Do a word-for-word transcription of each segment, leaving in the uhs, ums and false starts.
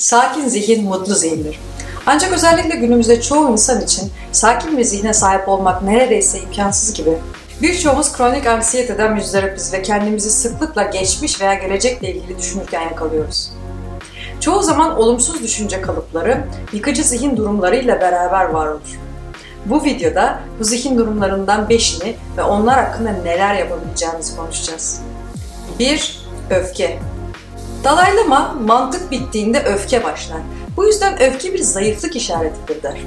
Sakin zihin mutlu zihindir. Ancak özellikle günümüzde çoğu insan için sakin bir zihne sahip olmak neredeyse imkansız gibi. Birçoğumuz kronik anksiyeteden müzdaripiz ve kendimizi sıklıkla geçmiş veya gelecekle ilgili düşünürken yakalıyoruz. Çoğu zaman olumsuz düşünce kalıpları, yıkıcı zihin durumlarıyla beraber var olur. Bu videoda bu zihin durumlarından beşini ve onlar hakkında neler yapabileceğimizi konuşacağız. bir. Öfke. Dalai Lama, mantık bittiğinde öfke başlar. Bu yüzden öfke bir zayıflık işaretidir der.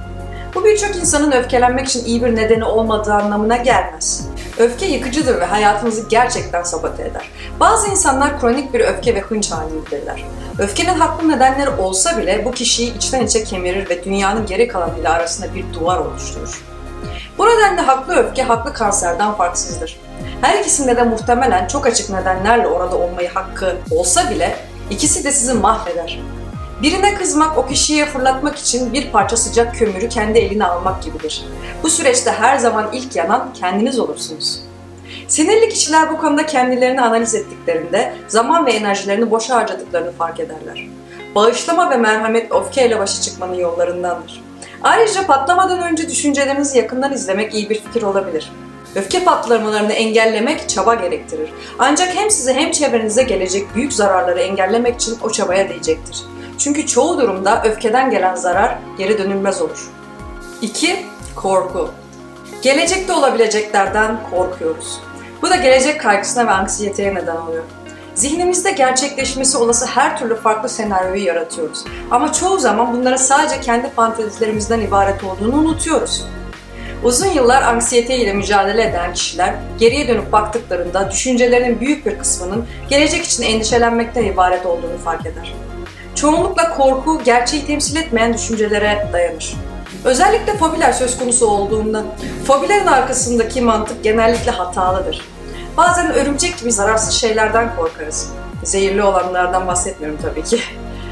Bu birçok insanın öfkelenmek için iyi bir nedeni olmadığı anlamına gelmez. Öfke yıkıcıdır ve hayatınızı gerçekten sabote eder. Bazı insanlar kronik bir öfke ve hınç halindedirler. Öfkenin haklı nedenleri olsa bile bu kişiyi içten içe kemirir ve dünyanın geri kalanıyla arasında bir duvar oluşturur. Bu nedenle haklı öfke haklı kanserden farksızdır. Her ikisinde de muhtemelen çok açık nedenlerle orada olmayı hakkı olsa bile ikisi de sizi mahveder. Birine kızmak o kişiye fırlatmak için bir parça sıcak kömürü kendi eline almak gibidir. Bu süreçte her zaman ilk yanan kendiniz olursunuz. Sinirli kişiler bu konuda kendilerini analiz ettiklerinde zaman ve enerjilerini boşa harcadıklarını fark ederler. Bağışlama ve merhamet öfkeyle başa çıkmanın yollarındandır. Ayrıca patlamadan önce düşüncelerinizi yakından izlemek iyi bir fikir olabilir. Öfke patlamalarını engellemek çaba gerektirir. Ancak hem size hem çevrenize gelecek büyük zararları engellemek için o çabaya değecektir. Çünkü çoğu durumda öfkeden gelen zarar geri dönülmez olur. iki. Korku. Gelecekte olabileceklerden korkuyoruz. Bu da gelecek kaygısına ve anksiyeteye neden oluyor. Zihnimizde gerçekleşmesi olası her türlü farklı senaryoyu yaratıyoruz. Ama çoğu zaman bunların sadece kendi fantezilerimizden ibaret olduğunu unutuyoruz. Uzun yıllar anksiyete ile mücadele eden kişiler geriye dönüp baktıklarında düşüncelerinin büyük bir kısmının gelecek için endişelenmekten ibaret olduğunu fark eder. Çoğunlukla korku, gerçeği temsil etmeyen düşüncelere dayanır. Özellikle fobiler söz konusu olduğunda, fobilerin arkasındaki mantık genellikle hatalıdır. Bazen örümcek gibi zararsız şeylerden korkarız. Zehirli olanlardan bahsetmiyorum tabii ki.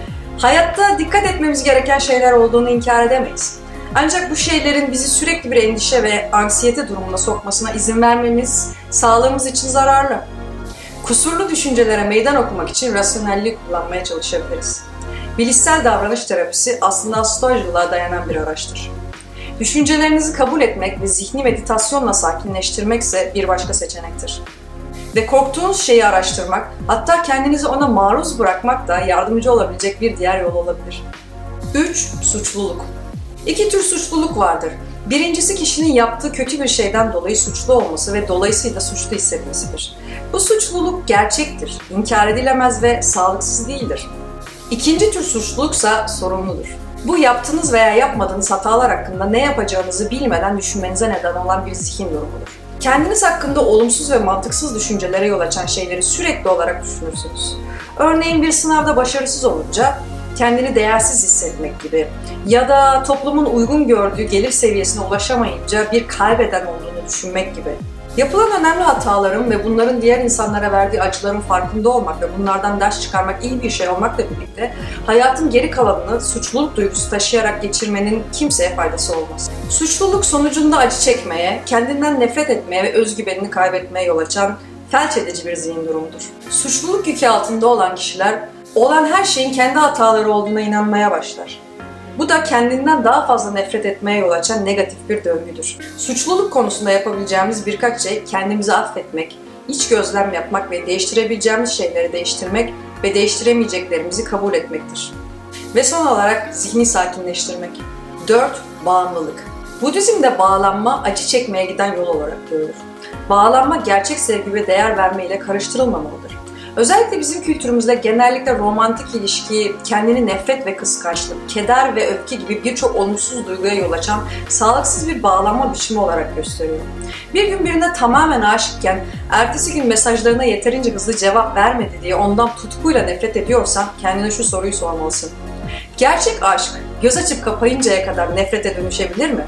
Hayatta dikkat etmemiz gereken şeyler olduğunu inkar edemeyiz. Ancak bu şeylerin bizi sürekli bir endişe ve anksiyete durumuna sokmasına izin vermemiz sağlığımız için zararlı. Kusurlu düşüncelere meydan okumak için rasyonelliği kullanmaya çalışabiliriz. Bilişsel davranış terapisi aslında stoacılığa dayanan bir araçtır. Düşüncelerinizi kabul etmek ve zihni meditasyonla sakinleştirmek ise bir başka seçenektir. Ve korktuğunuz şeyi araştırmak, hatta kendinizi ona maruz bırakmak da yardımcı olabilecek bir diğer yol olabilir. üç. Suçluluk. İki tür suçluluk vardır. Birincisi kişinin yaptığı kötü bir şeyden dolayı suçlu olması ve dolayısıyla suçlu hissetmesidir. Bu suçluluk gerçektir, inkar edilemez ve sağlıksız değildir. İkinci tür suçluluksa sorumludur. Bu yaptığınız veya yapmadığınız hatalar hakkında ne yapacağınızı bilmeden düşünmenize neden olan bir zihin durumudur. Kendiniz hakkında olumsuz ve mantıksız düşüncelere yol açan şeyleri sürekli olarak düşünürsünüz. Örneğin bir sınavda başarısız olunca kendini değersiz hissetmek gibi ya da toplumun uygun gördüğü gelir seviyesine ulaşamayınca bir kaybeden olduğunu düşünmek gibi. Yapılan önemli hataların ve bunların diğer insanlara verdiği acıların farkında olmak ve bunlardan ders çıkarmak iyi bir şey olmakla birlikte hayatın geri kalanını suçluluk duygusu taşıyarak geçirmenin kimseye faydası olmaz. Suçluluk sonucunda acı çekmeye, kendinden nefret etmeye ve özgüvenini kaybetmeye yol açan felç edici bir zihin durumudur. Suçluluk yükü altında olan kişiler olan her şeyin kendi hataları olduğuna inanmaya başlar. Bu da kendinden daha fazla nefret etmeye yol açan negatif bir döngüdür. Suçluluk konusunda yapabileceğimiz birkaç şey kendimizi affetmek, iç gözlem yapmak ve değiştirebileceğimiz şeyleri değiştirmek ve değiştiremeyeceklerimizi kabul etmektir. Ve son olarak zihni sakinleştirmek. dört. Bağımlılık. Budizm'de bağlanma acı çekmeye giden yol olarak görülür. Bağlanma gerçek sevgi ve değer verme ile karıştırılmamalıdır. Özellikle bizim kültürümüzde genellikle romantik ilişkiyi kendini nefret ve kıskançlık, keder ve öfke gibi birçok olumsuz duyguya yol açan sağlıksız bir bağlanma biçimi olarak gösteriyor. Bir gün birine tamamen aşıkken, ertesi gün mesajlarına yeterince hızlı cevap vermedi diye ondan tutkuyla nefret ediyorsan kendine şu soruyu sormalısın. Gerçek aşk göz açıp kapayıncaya kadar nefrete dönüşebilir mi?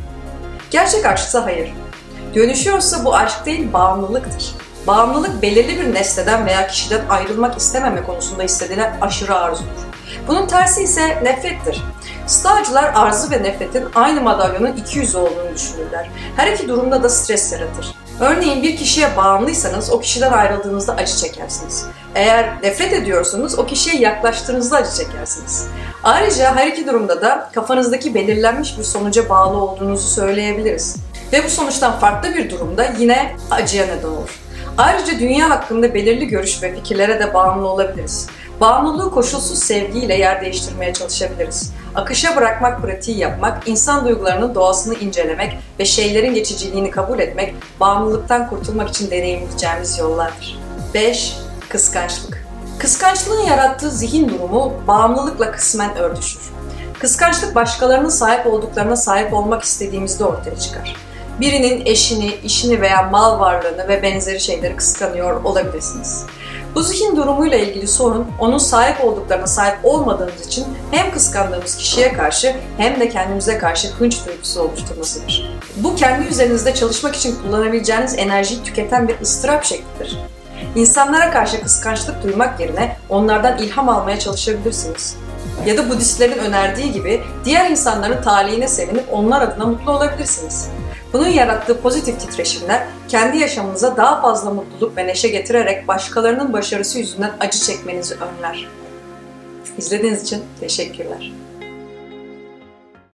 Gerçek aşksa hayır. Dönüşüyorsa bu aşk değil, bağımlılıktır. Bağımlılık belirli bir nesneden veya kişiden ayrılmak istememe konusunda hissedilen aşırı arzudur. Bunun tersi ise nefrettir. Stoacılar arzu ve nefretin aynı madalyonun iki yüzü olduğunu düşünürler. Her iki durumda da stres yaratır. Örneğin bir kişiye bağımlıysanız o kişiden ayrıldığınızda acı çekersiniz. Eğer nefret ediyorsanız o kişiye yaklaştığınızda acı çekersiniz. Ayrıca her iki durumda da kafanızdaki belirlenmiş bir sonuca bağlı olduğunuzu söyleyebiliriz. Ve bu sonuçtan farklı bir durumda yine acıya neden olur. Ayrıca dünya hakkında belirli görüş ve fikirlere de bağımlı olabiliriz. Bağımlılığı koşulsuz sevgiyle yer değiştirmeye çalışabiliriz. Akışa bırakmak pratiği yapmak, insan duygularının doğasını incelemek ve şeylerin geçiciliğini kabul etmek, bağımlılıktan kurtulmak için deneyimleyeceğimiz yollardır. beş. Kıskançlık. Kıskançlığın yarattığı zihin durumu bağımlılıkla kısmen örtüşür. Kıskançlık başkalarının sahip olduklarına sahip olmak istediğimizde ortaya çıkar. Birinin eşini, işini veya mal varlığını ve benzeri şeyleri kıskanıyor olabilirsiniz. Bu zihin durumuyla ilgili sorun, onun sahip olduklarına sahip olmadığımız için hem kıskandığımız kişiye karşı hem de kendimize karşı hınç duygusu oluşturmasıdır. Bu kendi üzerinizde çalışmak için kullanabileceğiniz enerjiyi tüketen bir ıstırap şeklidir. İnsanlara karşı kıskançlık duymak yerine onlardan ilham almaya çalışabilirsiniz. Ya da Budistlerin önerdiği gibi diğer insanların talihine sevinip onlar adına mutlu olabilirsiniz. Bunun yarattığı pozitif titreşimler kendi yaşamınıza daha fazla mutluluk ve neşe getirerek başkalarının başarısı yüzünden acı çekmenizi önler. İzlediğiniz için teşekkürler.